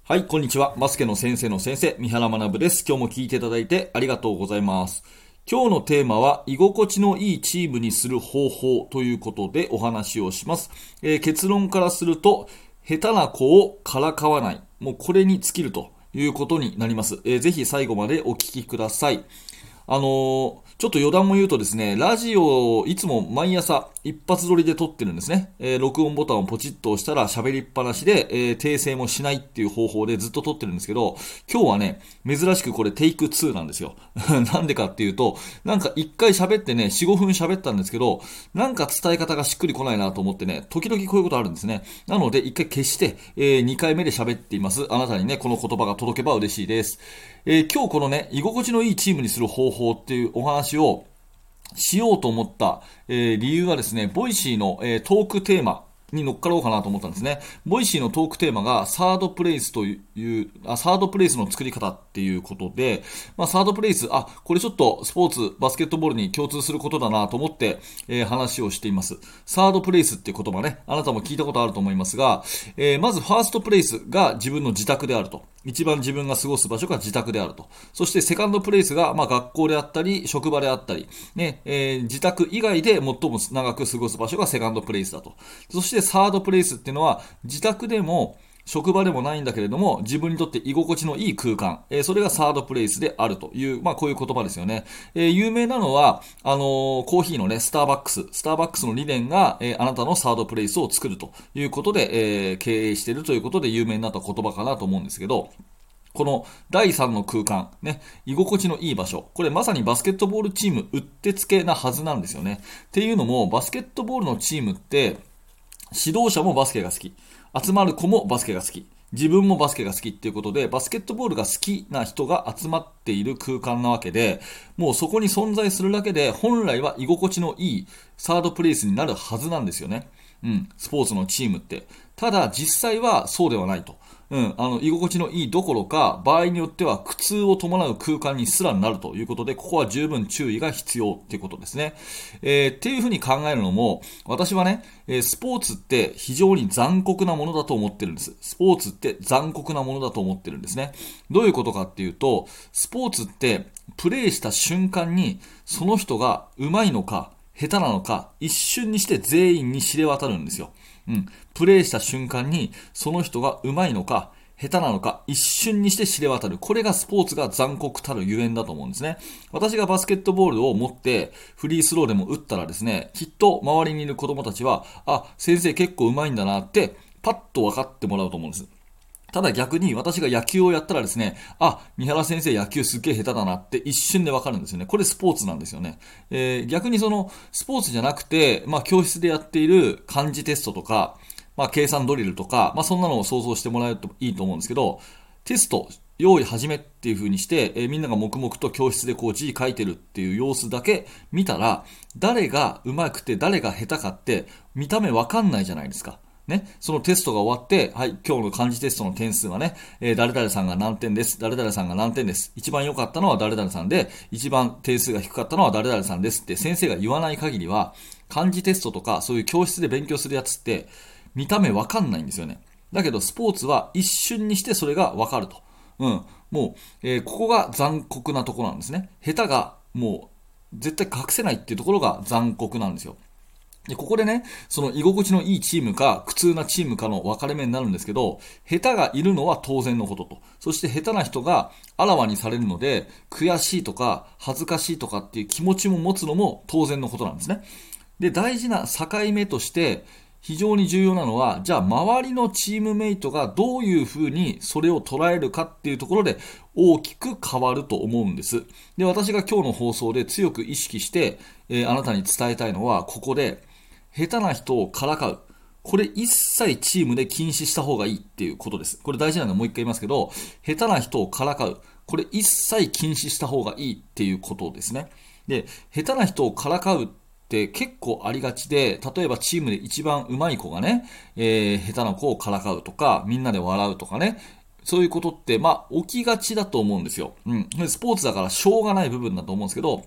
はい、こんにちは。バスケの先生の先生、三原学です。今日も聞いていただいてありがとうございます。今日のテーマは、居心地のいいチームにする方法ということでお話をします。結論からすると、下手な子をからかわない。もうこれに尽きるということになります。ぜひ最後までお聞きください。ちょっと余談も言うとですね、ラジオをいつも毎朝一発撮りで撮ってるんですね。録音ボタンをポチッと押したら喋りっぱなしで、訂正もしないっていう方法でずっと撮ってるんですけど、今日はね、珍しくこれテイク2なんですよ。なんでかっていうと、なんか一回喋ってね、4、5分喋ったんですけど、なんか伝え方がしっくりこないなと思ってね、時々こういうことあるんですね。なので一回消して、2回目で喋っています。あなたにね、この言葉が届けば嬉しいです。今日このね、居心地のいいチームにする方法っていうお話をしようと思った、理由はですね、ボイシーの、トークテーマに乗っかろうかなと思ったんですね。ボイシーのトークテーマがサードプレイスというサードプレイスの作り方っていうことで、サードプレイス、これちょっとスポーツ、バスケットボールに共通することだなと思って、話をしています。サードプレイスっていう言葉ね、あなたも聞いたことあると思いますが、まずファーストプレイスが自分の自宅であると。一番自分が過ごす場所が自宅であると。そしてセカンドプレイスが、学校であったり、職場であったり、ね、自宅以外で最も長く過ごす場所がセカンドプレイスだと。そしてサードプレイスっていうのは、自宅でも、職場でもないんだけれども、自分にとって居心地のいい空間、それがサードプレイスであるという、こういう言葉ですよね。有名なのは、コーヒーのね、スターバックスの理念が、あなたのサードプレイスを作るということで、経営しているということで有名になった言葉かなと思うんですけど、この第3の空間、ね、居心地のいい場所。これまさにバスケットボールチームうってつけなはずなんですよね。っていうのも、バスケットボールのチームって、指導者もバスケが好き。集まる子もバスケが好き。自分もバスケが好きっていうことで、バスケットボールが好きな人が集まっている空間なわけで、もうそこに存在するだけで、本来は居心地のいいサードプレイスになるはずなんですよね。スポーツのチームって。ただ、実際はそうではないと。居心地のいいどころか、場合によっては苦痛を伴う空間にすらなるということで、ここは十分注意が必要っていうことですね。っていうふうに考えるのも、私はね、スポーツって非常に残酷なものだと思ってるんです。スポーツって残酷なものだと思ってるんですね。どういうことかっていうと、スポーツってプレーした瞬間に、その人が上手いのか、下手なのか、一瞬にして全員に知れ渡るんですよ。プレイした瞬間に、その人が上手いのか、下手なのか、一瞬にして知れ渡る。これがスポーツが残酷たるゆえんだと思うんですね。私がバスケットボールを持って、フリースローでも打ったらですね、きっと周りにいる子供たちは、先生結構上手いんだなって、パッと分かってもらうと思うんです。ただ逆に私が野球をやったらですね、三原先生野球すっげえ下手だなって一瞬でわかるんですよね。これスポーツなんですよね。逆にそのスポーツじゃなくて、教室でやっている漢字テストとか、計算ドリルとか、そんなのを想像してもらえるといいと思うんですけど、テスト、用意始めっていう風にして、みんなが黙々と教室でこう字書いてるっていう様子だけ見たら、誰が上手くて誰が下手かって見た目わかんないじゃないですか。ね、そのテストが終わって、はい、今日の漢字テストの点数はね、誰々さんが何点です。誰々さんが何点です。一番良かったのは誰々さんで、一番点数が低かったのは誰々さんですって先生が言わない限りは、漢字テストとかそういう教室で勉強するやつって、見た目わかんないんですよね。だけどスポーツは一瞬にしてそれがわかると。もう、ここが残酷なところなんですね。下手がもう絶対隠せないっていうところが残酷なんですよ。で、ここでね、その居心地のいいチームか苦痛なチームかの分かれ目になるんですけど、下手がいるのは当然のことと。そして下手な人があらわにされるので、悔しいとか恥ずかしいとかっていう気持ちも持つのも当然のことなんですね。で、大事な境目として、非常に重要なのは、じゃあ周りのチームメイトがどういうふうにそれを捉えるかっていうところで大きく変わると思うんです。で、私が今日の放送で強く意識して、あなたに伝えたいのは、ここで、下手な人をからかう。これ一切チームで禁止した方がいいっていうことです。これ大事なのでもう一回言いますけど、下手な人をからかう。これ一切禁止した方がいいっていうことですね。で、下手な人をからかうって結構ありがちで、例えばチームで一番上手い子がね、下手な子をからかうとか、みんなで笑うとかね、そういうことって、起きがちだと思うんですよ。スポーツだからしょうがない部分だと思うんですけど、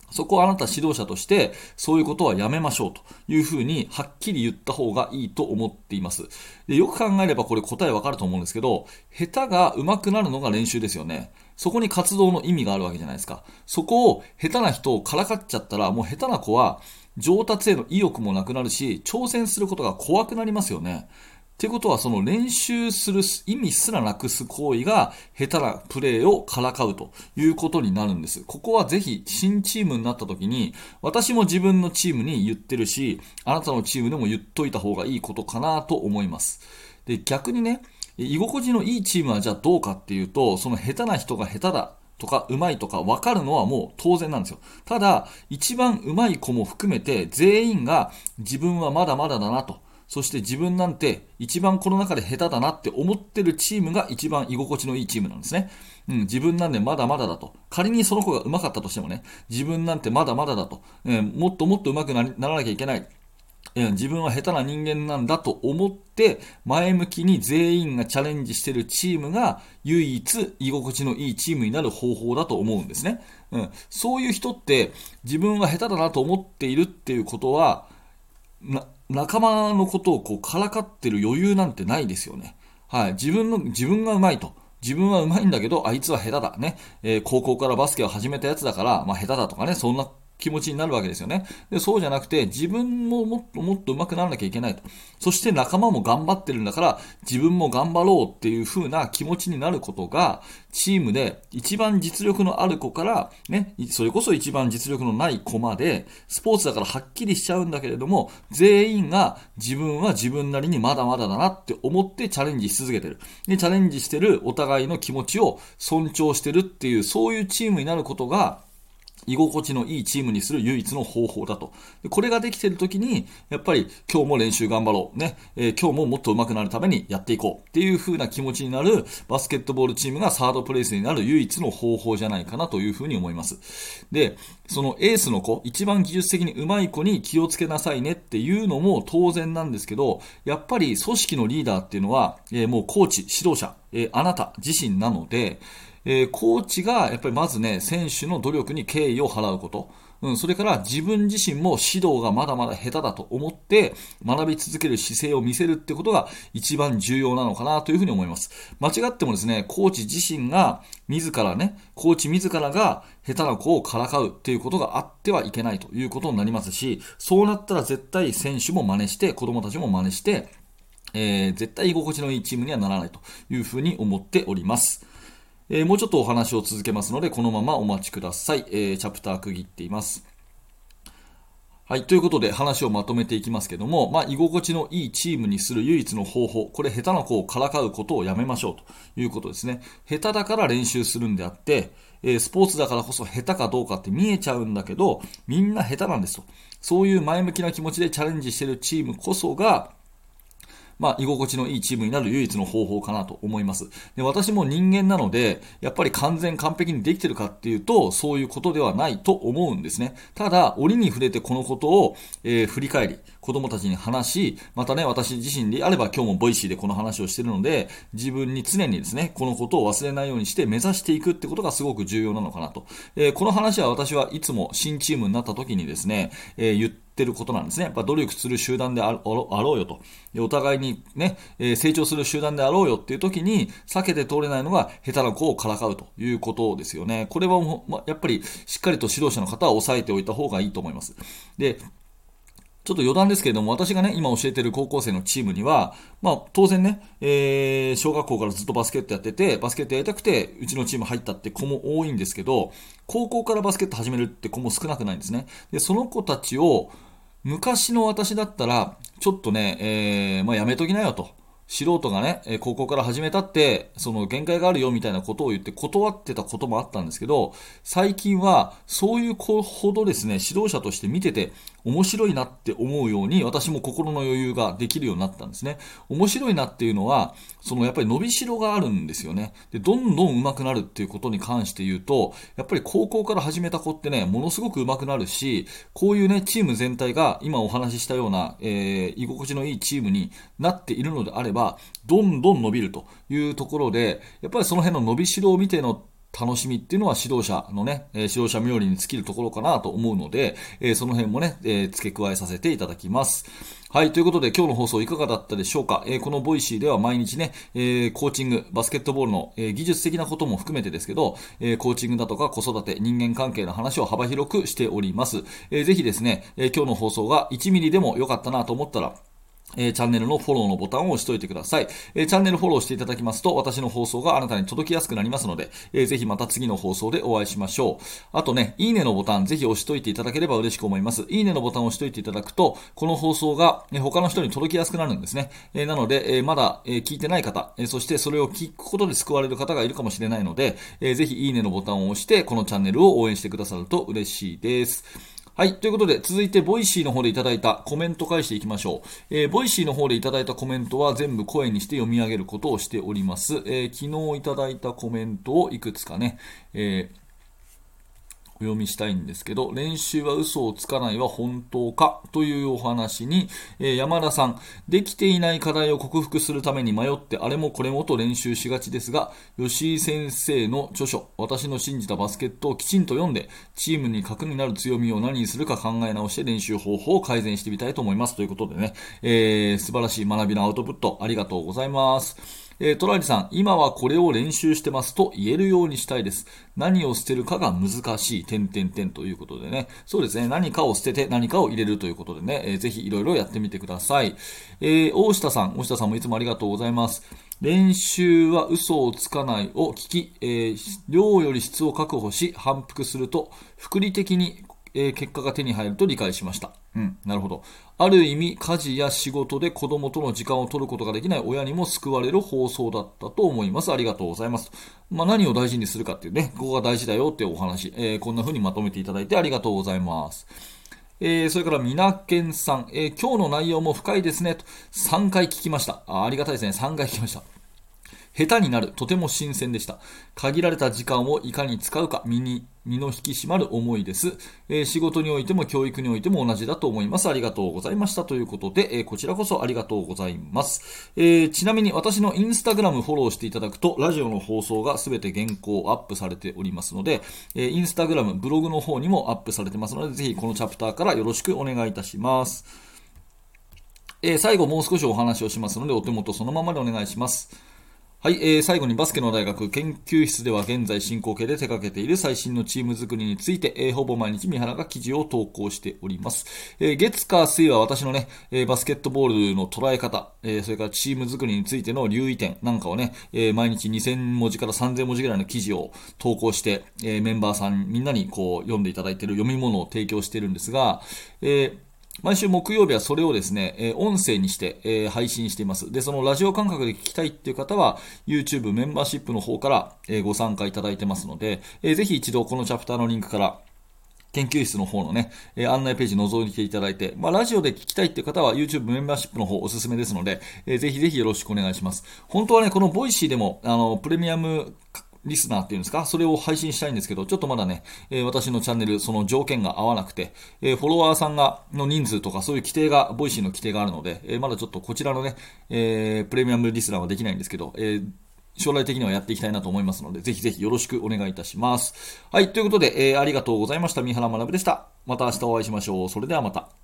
そこはあなた指導者として、そういうことはやめましょうというふうに、はっきり言った方がいいと思っています。で、よく考えればこれ答えわかると思うんですけど、下手が上手くなるのが練習ですよね。そこに活動の意味があるわけじゃないですか。そこを下手な人をからかっちゃったら、もう下手な子は上達への意欲もなくなるし、挑戦することが怖くなりますよね。っていうことは、その練習する意味すらなくす行為が下手なプレーをからかうということになるんです。ここはぜひ新チームになった時に、私も自分のチームに言ってるし、あなたのチームでも言っといた方がいいことかなと思います。で、逆にね、居心地のいいチームはじゃあどうかっていうと、その下手な人が下手だとか上手いとか分かるのはもう当然なんですよ。ただ、一番上手い子も含めて全員が自分はまだまだだなと。そして自分なんて一番この中で下手だなって思ってるチームが一番居心地のいいチームなんですね。自分なんでまだまだだと。仮にその子が上手かったとしてもね、自分なんてまだまだだと。もっともっと上手くならなきゃいけない。自分は下手な人間なんだと思って前向きに全員がチャレンジしているチームが唯一居心地のいいチームになる方法だと思うんですね。そういう人って自分は下手だなと思っているっていうことは仲間のことをこうからかってる余裕なんてないですよね。はい。自分が上手いと。自分は上手いんだけど、あいつは下手だね。高校からバスケを始めたやつだから、まあ下手だとかね、そんな気持ちになるわけですよね。で、そうじゃなくて、自分ももっともっと上手くならなきゃいけないと。そして仲間も頑張ってるんだから、自分も頑張ろうっていう風な気持ちになることが、チームで一番実力のある子から、ね、それこそ一番実力のない子まで、スポーツだからはっきりしちゃうんだけれども、全員が自分は自分なりにまだまだだなって思ってチャレンジし続けてる。で、チャレンジしてるお互いの気持ちを尊重してるっていう、そういうチームになることが、居心地のいいチームにする唯一の方法だと。でこれができているときに、やっぱり今日も練習頑張ろう。ね、今日ももっと上手くなるためにやっていこう。っていう風な気持ちになるバスケットボールチームがサードプレイスになる唯一の方法じゃないかなという風に思います。で、そのエースの子、一番技術的に上手い子に気をつけなさいねっていうのも当然なんですけど、やっぱり組織のリーダーっていうのは、もうコーチ、指導者、あなた自身なので、コーチがやっぱりまずね、選手の努力に敬意を払うこと。それから自分自身も指導がまだまだ下手だと思って学び続ける姿勢を見せるってことが一番重要なのかなというふうに思います。間違ってもですね、コーチ自身が自らね、コーチ自らが下手な子をからかうっていうことがあってはいけないということになりますし、そうなったら絶対選手も真似して、子供たちも真似して、絶対居心地のいいチームにはならないというふうに思っております。もうちょっとお話を続けますので、このままお待ちください。チャプター区切っています。はい。ということで話をまとめていきますけども、居心地のいいチームにする唯一の方法、これ下手な子をからかうことをやめましょうということですね。下手だから練習するんであって、スポーツだからこそ下手かどうかって見えちゃうんだけど、みんな下手なんですと。そういう前向きな気持ちでチャレンジしているチームこそが、居心地のいいチームになる唯一の方法かなと思います。で、私も人間なので、やっぱり完璧にできてるかっていうと、そういうことではないと思うんですね。ただ、折に触れてこのことを、振り返り、子供たちに話し、またね、私自身であれば今日もボイシーでこの話をしているので、自分に常にですね、このことを忘れないようにして目指していくってことがすごく重要なのかなと。この話は私はいつも新チームになった時にですね、言ってることなんですね。やっぱ努力する集団であろうよと。お互いにね、成長する集団であろうよっていう時に避けて通れないのが下手な子をからかうということですよね。これはやっぱりしっかりと指導者の方は抑えておいた方がいいと思います。で、ちょっと余談ですけれども、私がね、今教えている高校生のチームには、当然ね、小学校からずっとバスケットやってて、バスケットやりたくて、うちのチーム入ったって子も多いんですけど、高校からバスケット始めるって子も少なくないんですね。で、その子たちを、昔の私だったら、ちょっとね、やめときなよと。素人がね、高校から始めたって、その限界があるよみたいなことを言って断ってたこともあったんですけど、最近はそういう子ほどですね、指導者として見てて面白いなって思うように、私も心の余裕ができるようになったんですね。面白いなっていうのは、そのやっぱり伸びしろがあるんですよね。で、どんどん上手くなるっていうことに関して言うと、やっぱり高校から始めた子ってね、ものすごく上手くなるし、こういうね、チーム全体が今お話ししたような、居心地のいいチームになっているのであれば、どんどん伸びるというところで、やっぱりその辺の伸びしろを見ての楽しみっていうのは指導者のね、指導者冥利に尽きるところかなと思うので、その辺もね、付け加えさせていただきます。はい、ということで今日の放送いかがだったでしょうか。このボイシーでは毎日ね、コーチング、バスケットボールの、技術的なことも含めてですけど、コーチングだとか子育て、人間関係の話を幅広くしております。ぜひですね、今日の放送が1ミリでも良かったなと思ったら、チャンネルのフォローのボタンを押しておいてください。チャンネルフォローしていただきますと、私の放送があなたに届きやすくなりますので、ぜひまた次の放送でお会いしましょう。あとね、いいねのボタンぜひ押しといていただければ嬉しく思います。いいねのボタンを押しといていただくと、この放送が他の人に届きやすくなるんですね。なので、まだ聞いてない方、そしてそれを聞くことで救われる方がいるかもしれないので、ぜひいいねのボタンを押して、このチャンネルを応援してくださると嬉しいです。はい。ということで、続いて、ボイシーの方でいただいたコメント返していきましょう。ボイシーの方でいただいたコメントは全部声にして読み上げることをしております。昨日いただいたコメントをいくつかね、お読みしたいんですけど、練習は嘘をつかないは本当かというお話に、山田さん、できていない課題を克服するために迷ってあれもこれもと練習しがちですが、吉井先生の著書、私の信じたバスケットをきちんと読んで、チームに核になる強みを何にするか考え直して練習方法を改善してみたいと思いますということでね、素晴らしい学びのアウトプットありがとうございます。トラリさん、今はこれを練習してますと言えるようにしたいです。何を捨てるかが難しい、ということでね。そうですね。何かを捨てて何かを入れるということでね。ぜひいろいろやってみてください。大下さんもいつもありがとうございます。練習は嘘をつかないを聞き、量より質を確保し、反復すると、複利的に結果が手に入ると理解しました。なるほど。ある意味、家事や仕事で子供との時間を取ることができない親にも救われる放送だったと思います。ありがとうございます。何を大事にするかっていうね、ここが大事だよっていうお話、こんな風にまとめていただいてありがとうございます。それからみなけんさん、今日の内容も深いですねと3回聞きました。ありがたいですね。3回聞きました。下手になる。とても新鮮でした。限られた時間をいかに使うか、身の引き締まる思いです。仕事においても教育においても同じだと思います。ありがとうございました。ということで、こちらこそありがとうございます。ちなみに私のインスタグラムフォローしていただくと、ラジオの放送がすべて原稿アップされておりますので、インスタグラム、ブログの方にもアップされてますので、ぜひこのチャプターからよろしくお願いいたします。最後もう少しお話をしますので、お手元そのままでお願いします。はい、最後にバスケの大学研究室では現在進行形で手掛けている最新のチーム作りについて、ほぼ毎日三原が記事を投稿しております。月火水は私のね、バスケットボールの捉え方、それからチーム作りについての留意点なんかをね、毎日2000文字から3000文字ぐらいの記事を投稿して、メンバーさんみんなにこう読んでいただいている読み物を提供しているんですが、毎週木曜日はそれをですね、音声にして、配信しています。で、そのラジオ感覚で聞きたいっていう方は、YouTube メンバーシップの方から、ご参加いただいてますので、ぜひ一度このチャプターのリンクから、研究室の方のね、案内ページ覗いていただいて、ラジオで聞きたいっていう方は YouTube メンバーシップの方おすすめですので、ぜひぜひよろしくお願いします。本当はね、このボイシーでも、プレミアムリスナーっていうんですか、それを配信したいんですけど、ちょっとまだね、私のチャンネル、その条件が合わなくて、フォロワーさんの人数とかそういう規定が、ボイシーの規定があるので、まだちょっとこちらのね、プレミアムリスナーはできないんですけど、将来的にはやっていきたいなと思いますので、ぜひぜひよろしくお願いいたします。はい、ということで、ありがとうございました。三原学でした。また明日お会いしましょう。それではまた。